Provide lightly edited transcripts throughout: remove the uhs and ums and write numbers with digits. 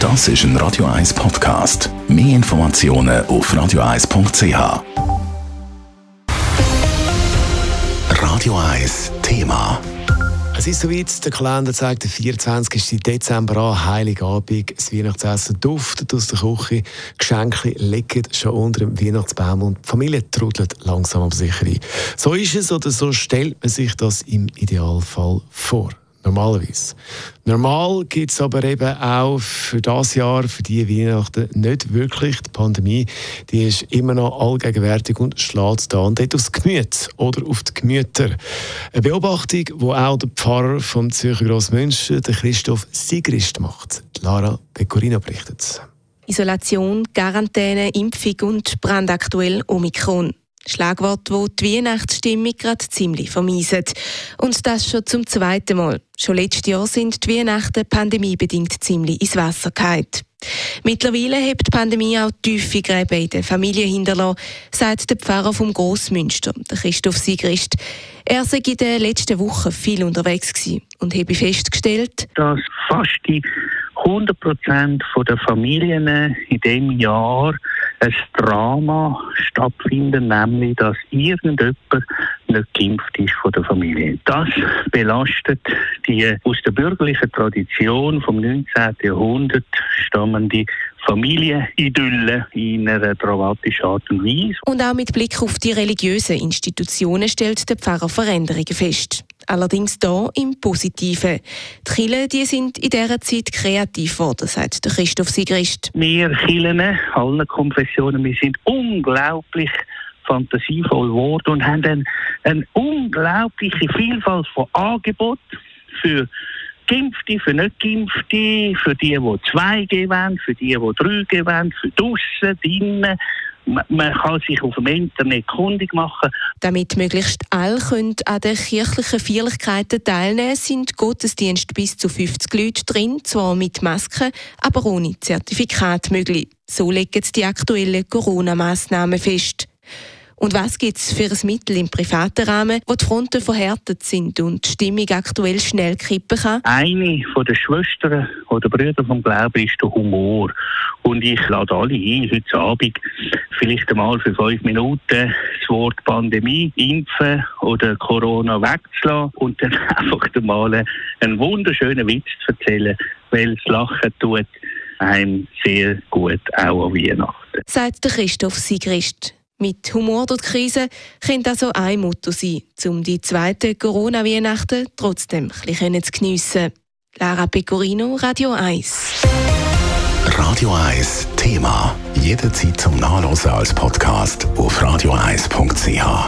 Das ist ein Radio 1 Podcast. Mehr Informationen auf radio1.ch. Radio 1 Thema. Es ist soweit, der Kalender zeigt den 24. Dezember an, Heiligabend. Das Weihnachtsessen duftet aus der Küche, Geschenke liegen schon unter dem Weihnachtsbaum und die Familie trudelt langsam aber sicher ein. So ist es oder so stellt man sich das im Idealfall vor. Normalerweise. Normal gibt es aber eben auch für das Jahr, für die Weihnachten nicht wirklich. Die Pandemie, die ist immer noch allgegenwärtig und schlägt da und dort aufs Gemüt oder auf die Gemüter. Eine Beobachtung, die auch der Pfarrer vom Zürcher Grossmünster, der Christoph Sigrist, macht. Lara Pecorino berichtet. Isolation, Quarantäne, Impfung und brandaktuell Omikron. Schlagwort, wo die Weihnachtsstimmung gerade ziemlich vermiesen. Und das schon zum zweiten Mal. Schon letztes Jahr sind die Weihnachten pandemiebedingt ziemlich ins Wasser gefallen. Mittlerweile hat die Pandemie auch tiefe Gräben in der Familie hinterlassen, sagt der Pfarrer vom Grossmünster, der Christoph Sigrist. Er sei in den letzten Wochen viel unterwegs gewesen und habe festgestellt, dass fast die 100% der Familien in diesem Jahr ein Drama stattfindet, nämlich, dass irgendjemand nicht geimpft ist von der Familie. Das belastet die aus der bürgerlichen Tradition vom 19. Jahrhundert stammende Familienidylle in einer dramatischen Art und Weise. Und auch mit Blick auf die religiösen Institutionen stellt der Pfarrer Veränderungen fest. Allerdings hier im Positiven. Die Kirchen, die sind in dieser Zeit kreativ geworden, sagt der Christoph Sigrist. Wir Kirchen, allen Konfessionen, wir sind unglaublich fantasievoll geworden und haben eine unglaubliche Vielfalt von Angeboten für Geimpfte, für Nicht-Geimpfte, für die 2G wollen, für die 3G wollen, für draussen, drinnen. Man kann sich auf dem Internet kundig machen. Damit möglichst alle können an den kirchlichen Feierlichkeiten teilnehmen, sind Gottesdienste bis zu 50 Leute drin, zwar mit Masken, aber ohne Zertifikat möglich. So legen die aktuellen Corona-Massnahmen fest. Und was gibt es für ein Mittel im privaten Rahmen, wo die Fronten verhärtet sind und die Stimmung aktuell schnell kippen kann? Eine der Schwestern oder Brüder vom Glauben ist der Humor. Und ich lade alle ein, heute Abend vielleicht einmal für 5 Minuten das Wort Pandemie, Impfen oder Corona wegzulassen und dann einfach mal einen wunderschönen Witz zu erzählen, weil das Lachen tut einem sehr gut, auch an Weihnachten. Sagt der Christoph Sigrist. Mit Humor durch die Krise könnte also ein Motto sein, um die zweite Corona-Weihnachten trotzdem ein bisschen zu geniessen. Lara Pecorino, Radio 1. Radio 1 Thema. Jederzeit zum Nachlesen als Podcast auf radio1.ch.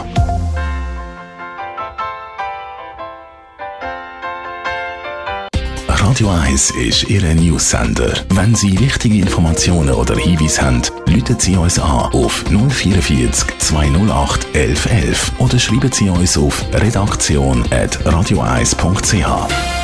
Radio 1 ist Ihr News-Sender. Wenn Sie wichtige Informationen oder Hinweise haben, rufen Sie uns an auf 044 208 1111 oder schreiben Sie uns auf redaktion@radio1.ch.